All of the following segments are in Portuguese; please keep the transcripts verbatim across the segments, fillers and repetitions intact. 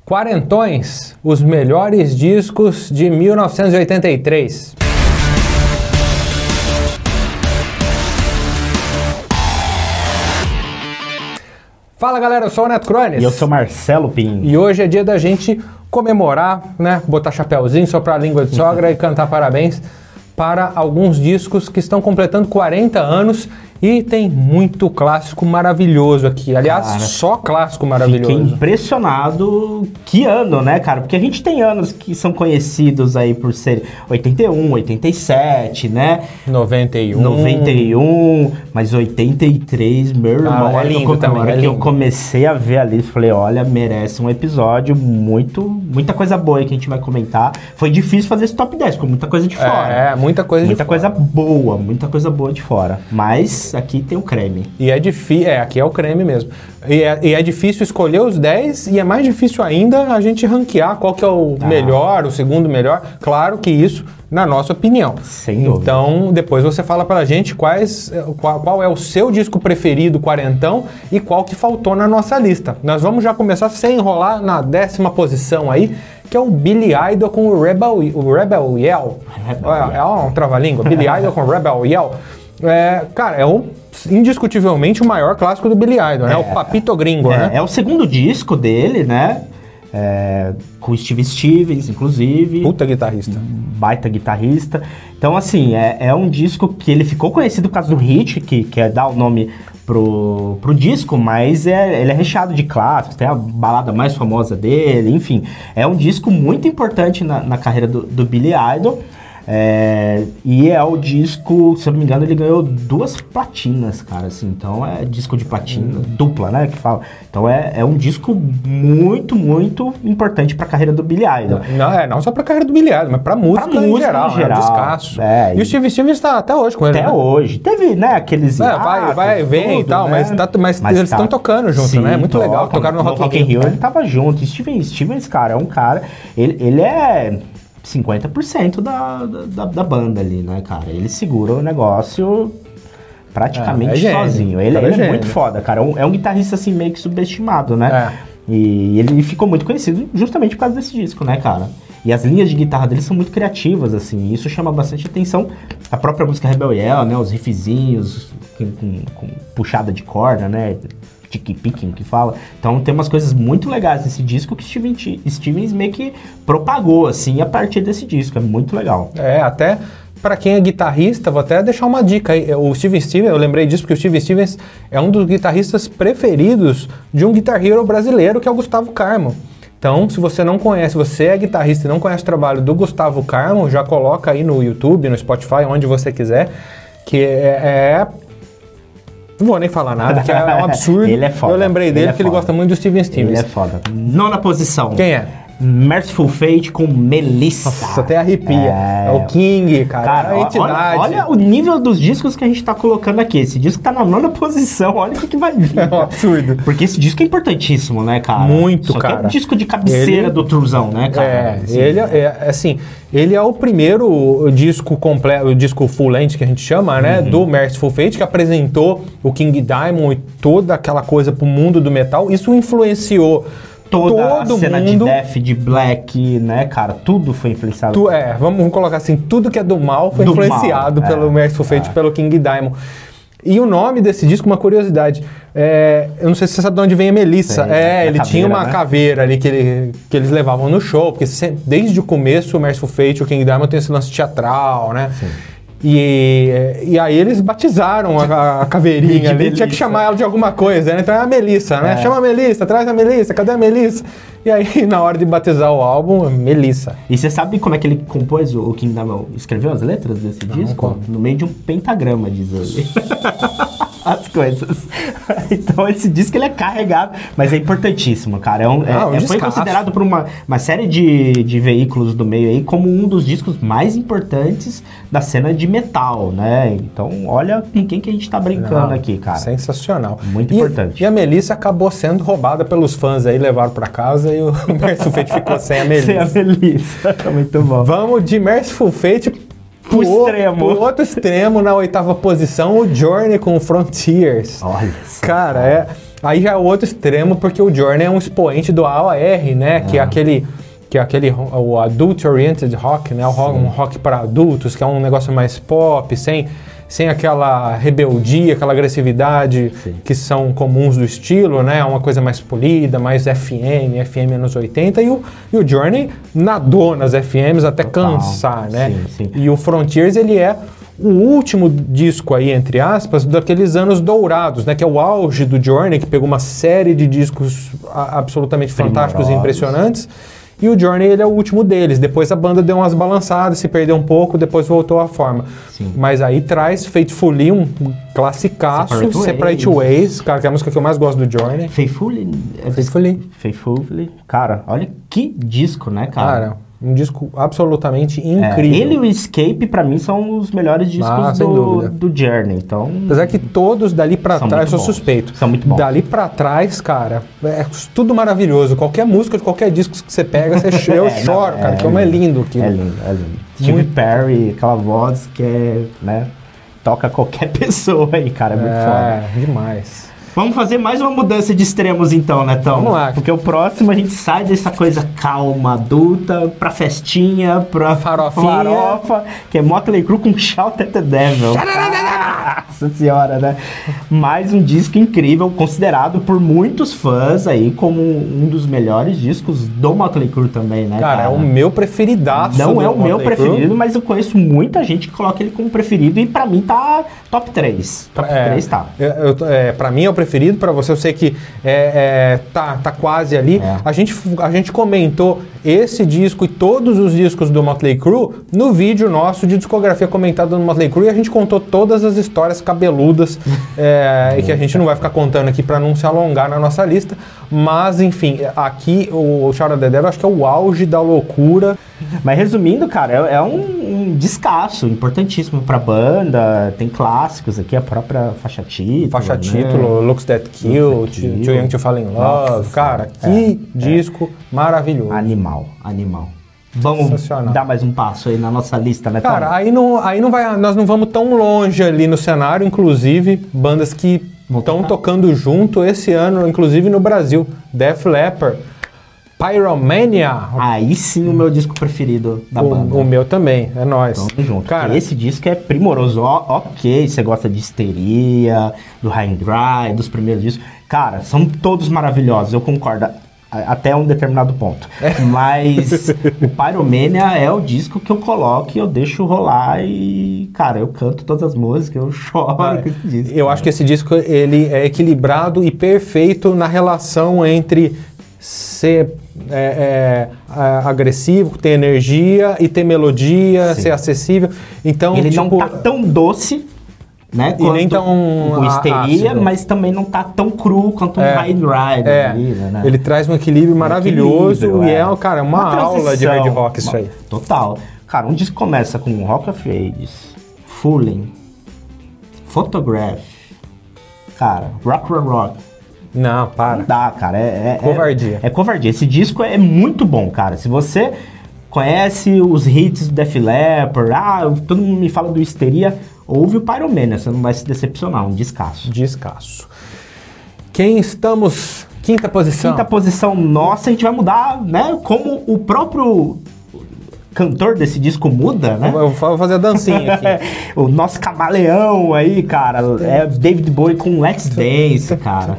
Quarentões, os melhores discos de mil novecentos e oitenta e três. Fala galera, eu sou o Neto Crones. E eu sou Marcelo Pinho. E hoje é dia da gente comemorar, né? Botar chapéuzinho, soprar a língua de sogra e cantar parabéns para alguns discos que estão completando quarenta anos. E tem muito clássico maravilhoso aqui. Aliás, cara, só clássico maravilhoso. Fiquei impressionado. Que ano, né, cara? Porque a gente tem anos que são conhecidos aí por ser oitenta e um, oitenta e sete, né? noventa e um. noventa e um, mas oitenta e três, meu irmão. Ah, é lindo eu, também, na hora é que lindo. eu comecei a ver ali, falei, olha, merece um episódio muito, muita coisa boa aí que a gente vai comentar. Foi difícil fazer esse top dez, com muita coisa de fora. É, muita coisa muita de coisa fora. boa, muita coisa boa de fora. Mas aqui tem o creme. E é difícil, é, aqui é o creme mesmo. E é, e é difícil escolher os dez e é mais difícil ainda a gente ranquear qual que é o ah. melhor, o segundo melhor. Claro que isso na nossa opinião. Sem dúvida. Então, depois você fala pra gente quais, qual, qual é o seu disco preferido quarentão e qual que faltou na nossa lista. Nós vamos já começar sem enrolar na décima posição aí, que é o Billy Idol com o Rebel, o Rebel Yell. Rebel é, é um trava-língua. Billy Idol com o Rebel Yell. É, cara, é o, indiscutivelmente o maior clássico do Billy Idol, né? É, o Papito Gringo, é, né? É o segundo disco dele, né? É, com o Steve Stevens, inclusive. Puta guitarrista. Baita guitarrista. Então, assim, é, é um disco que ele ficou conhecido por causa do hit, que, que é dar o nome pro, pro disco, mas é, ele é recheado de clássicos, tem a balada mais famosa dele, enfim. É um disco muito importante na, na carreira do, do Billy Idol. É, e é o disco, se eu não me engano, ele ganhou duas platinas, cara, assim, então é disco de platina, hum. dupla, né, que fala. Então é, é um disco muito, muito importante pra carreira do Billy Idol. Não, é, não só pra carreira do Billy Idol, mas pra música, pra música em geral, em geral, né, descasso. É, e, e o Steve Stevens tá até hoje com ele, Até né? hoje. Teve, né, aqueles... É, vai, vai, vem tudo, e tal, né? mas, tá, mas, mas eles estão tá, tocando junto, sim, né? É muito toca, legal, tocaram no, no Rock, Rock in Rio. Rio, ele tava junto. Steven Stevens, cara, é um cara... Ele, ele é... cinquenta por cento da, da, da banda ali, né, cara? Ele segura o negócio praticamente é, é sozinho. Ele, ele é muito foda, cara. É um, é um guitarrista, assim, meio que subestimado, né? É. E ele ficou muito conhecido justamente por causa desse disco, né, cara? E as linhas de guitarra dele são muito criativas, assim. E isso chama bastante atenção. A própria música Rebel Yell, né? Os riffzinhos com, com, com puxada de corda, né? Tiki-picking que fala. Então tem umas coisas muito legais nesse disco que Steven Stevens meio que propagou, assim, a partir desse disco. É muito legal. É, até para quem é guitarrista, vou até deixar uma dica aí. O Steve Stevens, eu lembrei disso porque o Steve Stevens é um dos guitarristas preferidos de um Guitar Hero brasileiro, que é o Gustavo Carmo. Então, se você não conhece, você é guitarrista e não conhece o trabalho do Gustavo Carmo, já coloca aí no YouTube, no Spotify, onde você quiser, que é... é não vou nem falar nada, que é um absurdo. Ele é foda. Eu lembrei dele ele é porque ele gosta muito do Steven Stevens. Ele é foda. Nona posição. Quem é? Mercyful Fate com Melissa. Nossa, até arrepia. É, é o King, cara. cara é a entidade. Olha, olha o nível dos discos que a gente tá colocando aqui. Esse disco tá na nona posição. Olha o que, que vai vir. É um absurdo. Porque esse disco é importantíssimo, né, cara? Muito, Só cara. Que é um disco de cabeceira ele... do Truzão, né, cara? É, assim. ele é, assim, ele é o primeiro disco completo, o disco full length que a gente chama, né, uhum. do Mercyful Fate, que apresentou o King Diamond e toda aquela coisa pro mundo do metal. Isso influenciou toda todo a cena mundo, de death, de black, né, cara? Tudo foi influenciado. Tu, é, vamos colocar assim, tudo que é do mal foi do influenciado mal, pelo é, Mercyful Fate, é. pelo King Diamond. E o nome desse disco, uma curiosidade, é, eu não sei se você sabe de onde vem a Melissa. Sei, é, ele caveira, tinha uma né? caveira ali que, ele, que eles levavam no show, porque sempre, desde o começo o Mercyful Fate, o King Diamond tem esse lance teatral, né? Sim. E, e aí eles batizaram a, a caveirinha ali, tinha que chamar ela de alguma coisa, né? Então é a Melissa, né? É. Chama a Melissa, traz a Melissa, cadê a Melissa? E aí, na hora de batizar o álbum, Melissa. E você sabe como é que ele compôs, o King Diamond escreveu as letras desse Não, disco? Como? No meio de um pentagrama, diz ele. As coisas. Então esse disco ele é carregado, mas é importantíssimo, cara. É um, Não, é, um foi considerado por uma, uma série de, de veículos do meio aí como um dos discos mais importantes da cena de metal, né? Então olha com quem que a gente tá brincando Não, aqui, cara. Sensacional. Muito e, importante. E a Melissa acabou sendo roubada pelos fãs aí, levaram pra casa e o Mercyful Fate ficou sem a Melissa. Sem a Melissa. Muito bom. Vamos de Mercyful Fate pro extremo. O outro extremo, na oitava posição, o Journey com Frontiers. Olha só. Cara, é, Aí já é o outro extremo, porque o Journey é um expoente do A O R, né? Ah. Que é aquele... que é aquele, o adult-oriented rock, né? O rock, um rock para adultos, que é um negócio mais pop, sem, sem aquela rebeldia, aquela agressividade Sim. que são comuns do estilo, né? Uma coisa mais polida, mais F M, F M anos oitenta. E o, e o Journey nadou nas F Ms até Total. cansar, né? Sim, sim. E o Frontiers, ele é o último disco aí, entre aspas, daqueles anos dourados, né? Que é o auge do Journey, que pegou uma série de discos a, absolutamente fantásticos e impressionantes. E o Journey, ele é o último deles. Depois a banda deu umas balançadas, se perdeu um pouco, depois voltou à forma. Sim. Mas aí traz Faithfully, um classicaço, Separate, Separate Ways. Ways, cara, que é a música que eu mais gosto do Journey. Faithfully. Faithfully. Faithfully. Cara, olha que disco, né, cara? Cara, um disco absolutamente incrível. É, ele e o Escape, pra mim, são os melhores discos ah, do, do Journey. Então, apesar que todos dali pra trás, eu sou suspeito. São muito bons. Dali pra trás, cara, é tudo maravilhoso. Qualquer música de qualquer disco que você pega, você eu é, choro, não, cara, é, como é lindo aquilo. É lindo, é lindo. Steve Perry, aquela voz que é, né, toca qualquer pessoa aí, cara, é muito é, foda. É, demais. Vamos fazer mais uma mudança de extremos então, Netão? Vamos lá. Porque o próximo a gente sai dessa coisa calma, adulta, pra festinha, pra farofinha, farofa, que é Motley Crue com Shout at the Devil. Nossa senhora, né? Mais um disco incrível, considerado por muitos fãs aí como um dos melhores discos do Motley Crue também, né, cara? Cara, é o meu preferidaço. Não é o Motley meu preferido, Crue. Mas eu conheço muita gente que coloca ele como preferido e pra mim tá top três. Top é, três tá. Eu, eu, é, pra mim é o preferido. Preferido para você, eu sei que é, é, tá, tá quase ali. É. A, gente, a gente comentou esse disco e todos os discos do Motley Crue no vídeo nosso de discografia comentada no Motley Crue, e a gente contou todas as histórias cabeludas é, e que a gente não vai ficar contando aqui para não se alongar na nossa lista, mas enfim, aqui o Shout at the Devil acho que é o auge da loucura. Mas resumindo, cara, é, é um, um descasso importantíssimo pra banda, tem clássicos aqui, a própria faixa título. Faixa né? título, Looks That Kill, Looks Too, Too Young to Fall in Love. Nossa, cara, que é, disco é. maravilhoso. Animal, animal. Vamos dar mais um passo aí na nossa lista, né, cara? Aí, não, aí não vai, nós não vamos tão longe ali no cenário, inclusive bandas que estão tocando junto esse ano, inclusive no Brasil. Def Leppard, Pyromania. Aí sim o meu disco preferido da o, banda. O meu também, é nóis. Tamo junto. Cara, esse disco é primoroso. Ó, ok, você gosta de Histeria, do High and Dry, dos primeiros discos. Cara, são todos maravilhosos, eu concordo. Até um determinado ponto. É. Mas o Pyromania é o disco que eu coloco e eu deixo rolar e, cara, eu canto todas as músicas, eu choro ah, com esse disco. Eu cara. acho que esse disco, ele é equilibrado e perfeito na relação entre ser é, é, agressivo, ter energia e ter melodia, Sim. ser acessível. Então, ele tipo, não tá tão doce, né? E nem tão o Histeria, ácido. Mas também não tá tão cru quanto um é, High and Dry. É. Ali, né? Ele traz um equilíbrio maravilhoso equilíbrio, e é, é cara, uma, uma aula de hard rock isso aí. Total. Cara, um disco começa com Rock of Ages, Fooling, Photograph, cara, Rock Rock Rock. Não, para. Não dá, cara. É, é covardia. É, é covardia. Esse disco é muito bom, cara. Se você conhece os hits do Def Leppard, ah, todo mundo me fala do Histeria, ouve o Pyromania, você não vai se decepcionar, um descasso. Descasso. Quem estamos? Quinta posição. Quinta posição nossa, a gente vai mudar, né? Como o próprio cantor desse disco muda, né? Eu vou fazer a dancinha aqui. O nosso camaleão aí, cara, é David Bowie com Let's Dance, cara.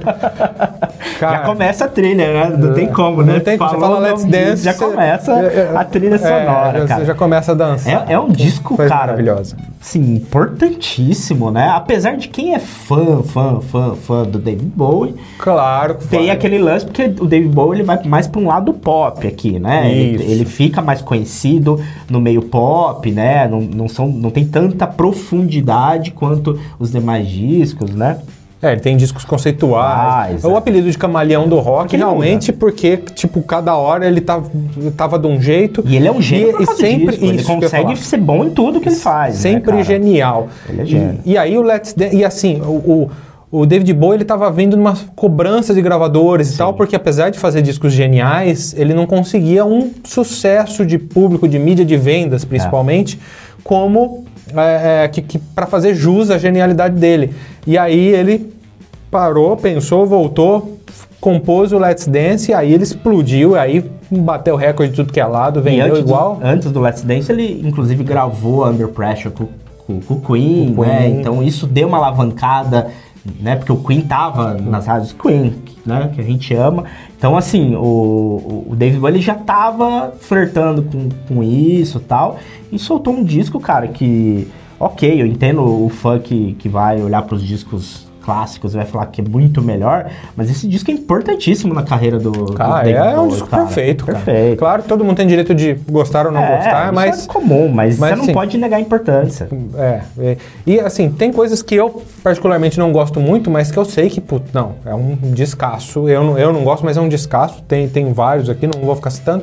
cara. Já começa a trilha, né? Não tem como, né? Não tem como, você fala Let's Dance. Já começa a trilha sonora, é, cara. Você já começa a dançar. É, é um disco, Coisa cara, maravilhosa. Sim, importantíssimo, né? Apesar de quem é fã, fã, fã, fã do David Bowie... Claro que tem vai. Aquele lance, porque o David Bowie ele vai mais para um lado pop aqui, né? Ele, ele fica mais conhecido no meio pop, né? Não, não, são, não tem tanta profundidade quanto os demais discos, né? É, ele tem discos conceituais. Ah, o apelido de camaleão do rock, porque realmente, porque, tipo, cada hora ele tava, tava de um jeito. E ele é um gênio e, e sempre disso, ele consegue ser bom em tudo que ele faz. Sempre né, genial. Ele é gênio. E, e aí o Let's Dance, e assim, o, o, o David Bowie, ele tava vindo numa cobrança de gravadores Sim. e tal, porque apesar de fazer discos geniais, ele não conseguia um sucesso de público, de mídia, de vendas, principalmente, é. como... É, é, que, que para fazer jus à genialidade dele. E aí ele parou, pensou, voltou, compôs o Let's Dance, aí ele explodiu, aí bateu o recorde de tudo que é lado, vendeu antes igual. Do, antes do Let's Dance, ele inclusive gravou Under Pressure com, com, com o Queen, o né? Queen. Então isso deu uma alavancada, né? Porque o Queen tava nas rádios Queen, né? Que a gente ama. Então, assim, o, o David Bowie ele já tava flertando com, com isso e tal, e soltou um disco, cara, que... Ok, eu entendo o fã que, que vai olhar pros discos clássicos e vai falar que é muito melhor, mas esse disco é importantíssimo na carreira do, cara, do David é Bowie, um disco cara. perfeito, cara. Perfeito. Claro que todo mundo tem direito de gostar ou não é, gostar, isso mas... é comum, mas, mas você não assim, pode negar a importância. É, é, e assim, tem coisas que eu particularmente não gosto muito, mas que eu sei que, putz, não, é um descasso. Eu não, eu não gosto, mas é um descasso. Tem, tem vários aqui, não vou ficar citando,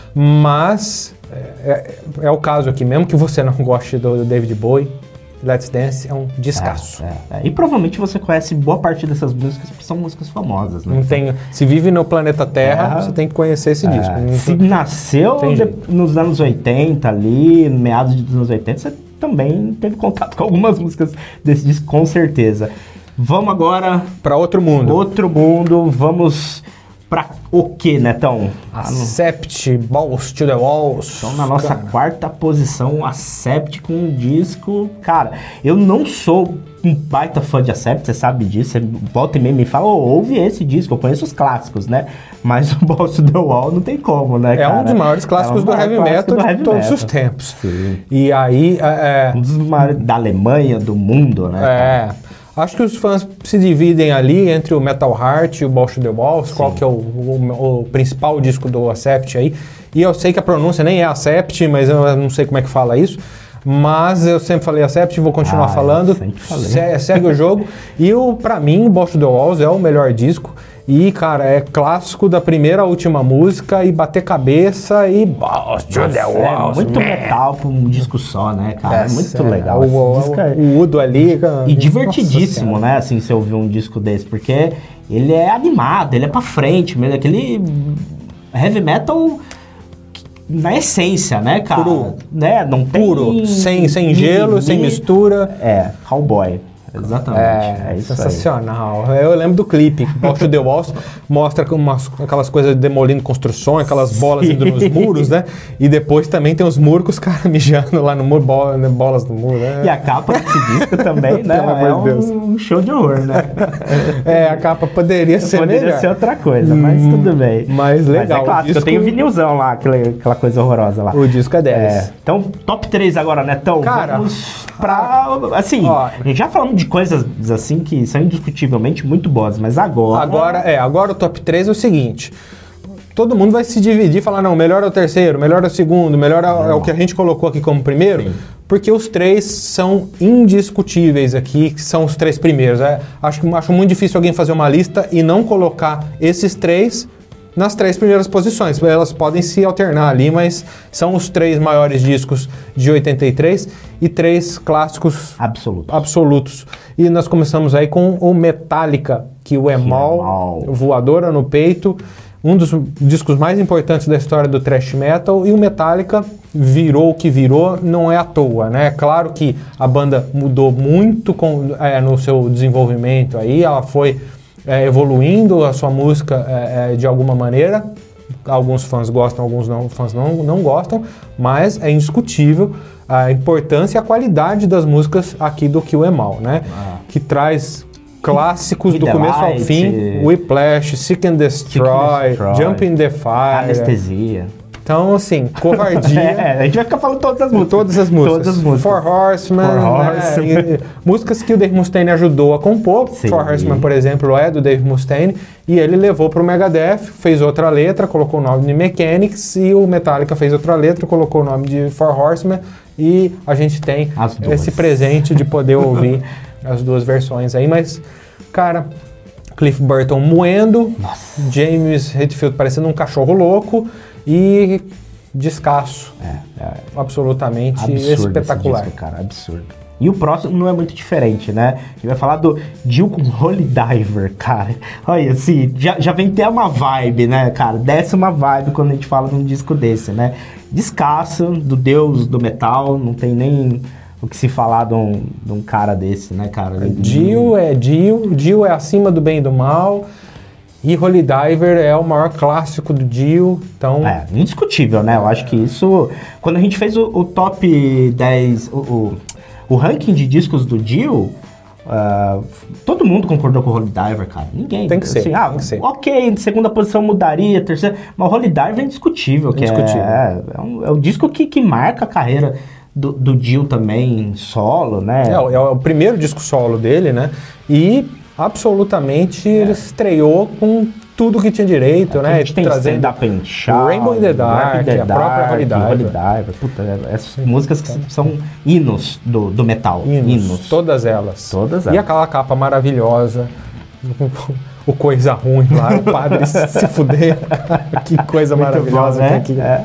mas é, é, é o caso aqui, mesmo que você não goste do, do David Bowie, Let's Dance é um descasso. É, é, é. E provavelmente você conhece boa parte dessas músicas, porque são músicas famosas, né? Não tem, se vive no planeta Terra, é, você tem que conhecer esse é, disco. Não, se nasceu de, nos anos oitenta ali, meados dos anos oitenta, você também teve contato com algumas músicas desse disco, com certeza. Vamos agora... para outro mundo. Outro mundo, vamos... Pra o que, Netão? Accept, Balls to the Walls. Então, na nossa cara. quarta posição, Accept com um disco... Cara, eu não sou um baita fã de Accept, você sabe disso. Você volta e meia me fala, oh, ouve esse disco, eu conheço os clássicos, né? Mas o Balls to the Wall não tem como, né, cara? É um dos maiores clássicos é um do heavy metal de heavy todos metal. os tempos. Sim. E aí... É... Um dos maiores da Alemanha, do mundo, né? É... Cara? Acho que os fãs se dividem ali entre o Metal Heart e o Balls to the Walls, Sim. qual que é o, o, o principal disco do Accept aí. E eu sei que a pronúncia nem é Accept, mas eu não sei como é que fala isso. Mas eu sempre falei Accept e vou continuar ah, falando. Se, segue o jogo. E o, pra mim, o Balls to the Walls é o melhor disco. E, cara, é clássico da primeira à última música e bater cabeça e Balls to the Walls. É muito metal pra um disco só, né, cara? Essa, é muito legal. O, o, é... o Udo ali... Cara, e divertidíssimo, né, assim, você ouvir um disco desse, porque ele é animado, ele é pra frente mesmo, aquele heavy metal... na essência, né, cara? Puro. Né? Não tem... Puro, sem, sem gelo, mi, sem mi, mistura. É, cowboy. Exatamente. É, é isso sensacional. Aí. Eu lembro do clipe, Balls to the Walls, mostra umas, aquelas coisas demolindo construções, aquelas bolas Sim. indo nos muros, né? E depois também tem os muros com os caras mijando lá no muro, bola, né? bolas no muro, né? E a capa desse disco também, né? É um, Deus. um show de horror, né? É, a capa poderia ser poderia melhor. ser outra coisa, mas hum, tudo bem. Mas legal. Mas é clássico, disco... eu tenho vinilzão lá, aquela, aquela coisa horrorosa lá. O disco é dez. É. Então, top três agora, Netão. Cara, vamos pra... Assim, ó, a gente já falamos de coisas assim que são indiscutivelmente muito boas, mas agora... Agora, é, agora o top três é o seguinte, todo mundo vai se dividir e falar, não, melhor é o terceiro, melhor é o segundo, melhor é, é o que a gente colocou aqui como primeiro, Sim. porque os três são indiscutíveis aqui, que são os três primeiros. É, acho, acho muito difícil alguém fazer uma lista e não colocar esses três nas três primeiras posições. Elas podem se alternar ali, mas são os três maiores discos de oitenta e três e três clássicos absolutos. absolutos. E nós começamos aí com o Metallica, que o E-Mall, Voadora no Peito, um dos discos mais importantes da história do thrash metal, e o Metallica virou o que virou, não é à toa, né? Claro que a banda mudou muito com, é, no seu desenvolvimento aí, ela foi é, evoluindo a sua música é, é, de alguma maneira. Alguns fãs gostam, alguns não, fãs não, não gostam, mas é indiscutível a importância e a qualidade das músicas aqui do Kill Em All, né? Ah. Que traz clássicos do começo ao fim, Whiplash, Seek and Destroy, Destroy, Jump in the Fire, Anestesia. Então, assim, Covardia. É, a gente vai ficar falando todas as músicas. Todas as músicas. Todas as músicas. Four Horsemen. For Horsemen. Né? E, músicas que o Dave Mustaine ajudou a compor. Sim. Four Horsemen, por exemplo, é do Dave Mustaine. E ele levou para o Megadeth, fez outra letra, colocou o nome de Mechanics. E o Metallica fez outra letra, colocou o nome de Four Horsemen. E a gente tem esse presente de poder ouvir as duas versões aí. Mas, cara, Cliff Burton moendo. Nossa. James Hetfield parecendo um cachorro louco. E descasso. É, é absolutamente absurdo espetacular. Disco, cara, absurdo. E o próximo não é muito diferente, né? A gente vai falar do Dio com Holy Diver, cara. Olha, assim, já, já vem ter uma vibe, né, cara? Desce uma vibe quando a gente fala de um disco desse, né? Descasso, do deus do metal, não tem nem o que se falar de um, de um cara desse, né, cara? Dio é Dio, Dio é acima do bem e do mal, e Holy Diver é o maior clássico do Dio, então... É, indiscutível, né? Eu acho que isso... Quando a gente fez o, o top dez, o, o, o ranking de discos do Dio... Uh, todo mundo concordou com o Holy Diver, cara. Ninguém. Tem que ser. Assim, ah, tem que ser. Ok, segunda posição mudaria, terceira. Mas o Holy Diver é indiscutível. Que indiscutível. É, é, um, é o disco que, que marca a carreira do, do Dio também, solo, né? É, é o primeiro disco solo dele, né? E absolutamente é. ele estreou com tudo que tinha direito, é, né? A gente tem trazendo Rainbow in the Dark, the a própria Holy Diver. Holy Diver. Puta, essas músicas que são hinos do, do metal. Hinos, hinos. Todas elas. Todas elas. E aquela capa maravilhosa, o coisa ruim lá, o padre se fuder. Que coisa muito maravilhosa, bom, né? que é.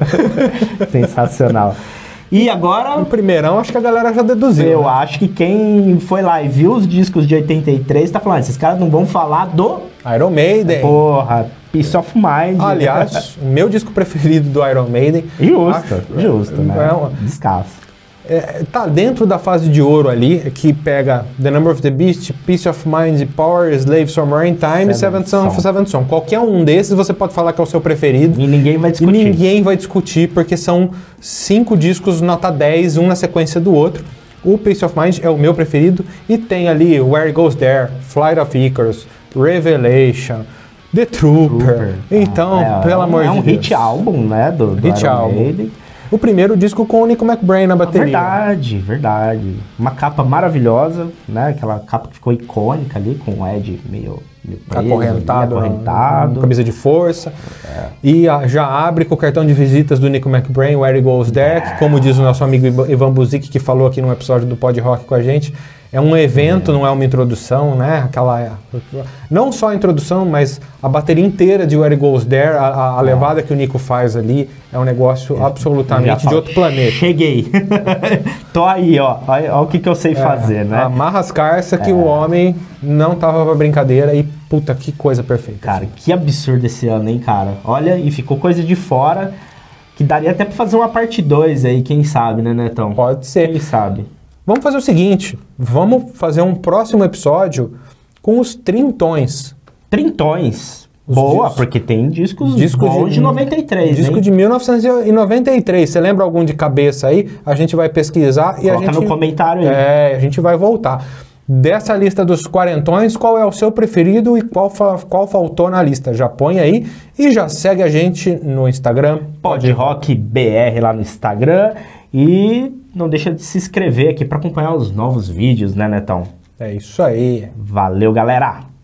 Sensacional. E agora... No primeirão, acho que a galera já deduziu. Eu né? acho que quem foi lá e viu os discos de oitenta e três tá falando, esses caras não vão falar do... Iron Maiden. Porra, Peace of Mind. Aliás, o meu disco preferido do Iron Maiden... Justo, acho, justo, né? É uma, Descasso. É, tá dentro da fase de ouro ali, que pega The Number of the Beast, Peace of Mind, Power, Slave, Summer in Time e Seventh Son of Seventh Son. Qualquer um desses você pode falar que é o seu preferido. E ninguém vai discutir. E ninguém vai discutir, porque são cinco discos nota dez, um na sequência do outro. O Peace of Mind é o meu preferido e tem ali Where It Goes There, Flight of Icarus, Revelation, The Trooper. Trooper. Então, ah, é, pelo é amor um, de Deus. É um hit álbum, né, do, do hit Iron álbum. Maiden. O primeiro disco com o Nico McBrain na bateria. Verdade, verdade. Uma capa maravilhosa, né? Aquela capa que ficou icônica ali, com o Ed meio, meio preso, acorrentado, acorrentado. Camisa de força. É. E a, já abre com o cartão de visitas do Nico McBrain, Where It Goes There, que, como diz o nosso amigo Ivan Buzik, que falou aqui num episódio do Pod Rock com a gente, é um evento, é. não é uma introdução, né? Aquela, não só a introdução, mas a bateria inteira de Where It Goes There, a, a, a levada que o Nico faz ali, é um negócio é. absolutamente de outro planeta. Cheguei. Tô aí, ó. Olha, olha o que, que eu sei é. fazer, né? Amarra as carças que é. o homem não tava pra brincadeira e puta, que coisa perfeita. Cara, que absurdo esse ano, hein, cara? Olha, e ficou coisa de fora que daria até pra fazer uma parte dois aí, quem sabe, né, Netão? Pode ser. Quem sabe? Vamos fazer o seguinte, vamos fazer um próximo episódio com os trintões. Trintões? Os Boa, discos, porque tem discos, discos bons de, de noventa e três, Disco hein? de mil novecentos e noventa e três. Você lembra algum de cabeça aí? A gente vai pesquisar e Coloca a gente... no comentário aí. É, a gente vai voltar. Dessa lista dos quarentões, qual é o seu preferido e qual, fa qual faltou na lista? Já põe aí e já segue a gente no Instagram. Pod Rock B R lá no Instagram. E não deixa de se inscrever aqui para acompanhar os novos vídeos, né, Netão? É isso aí. Valeu, galera!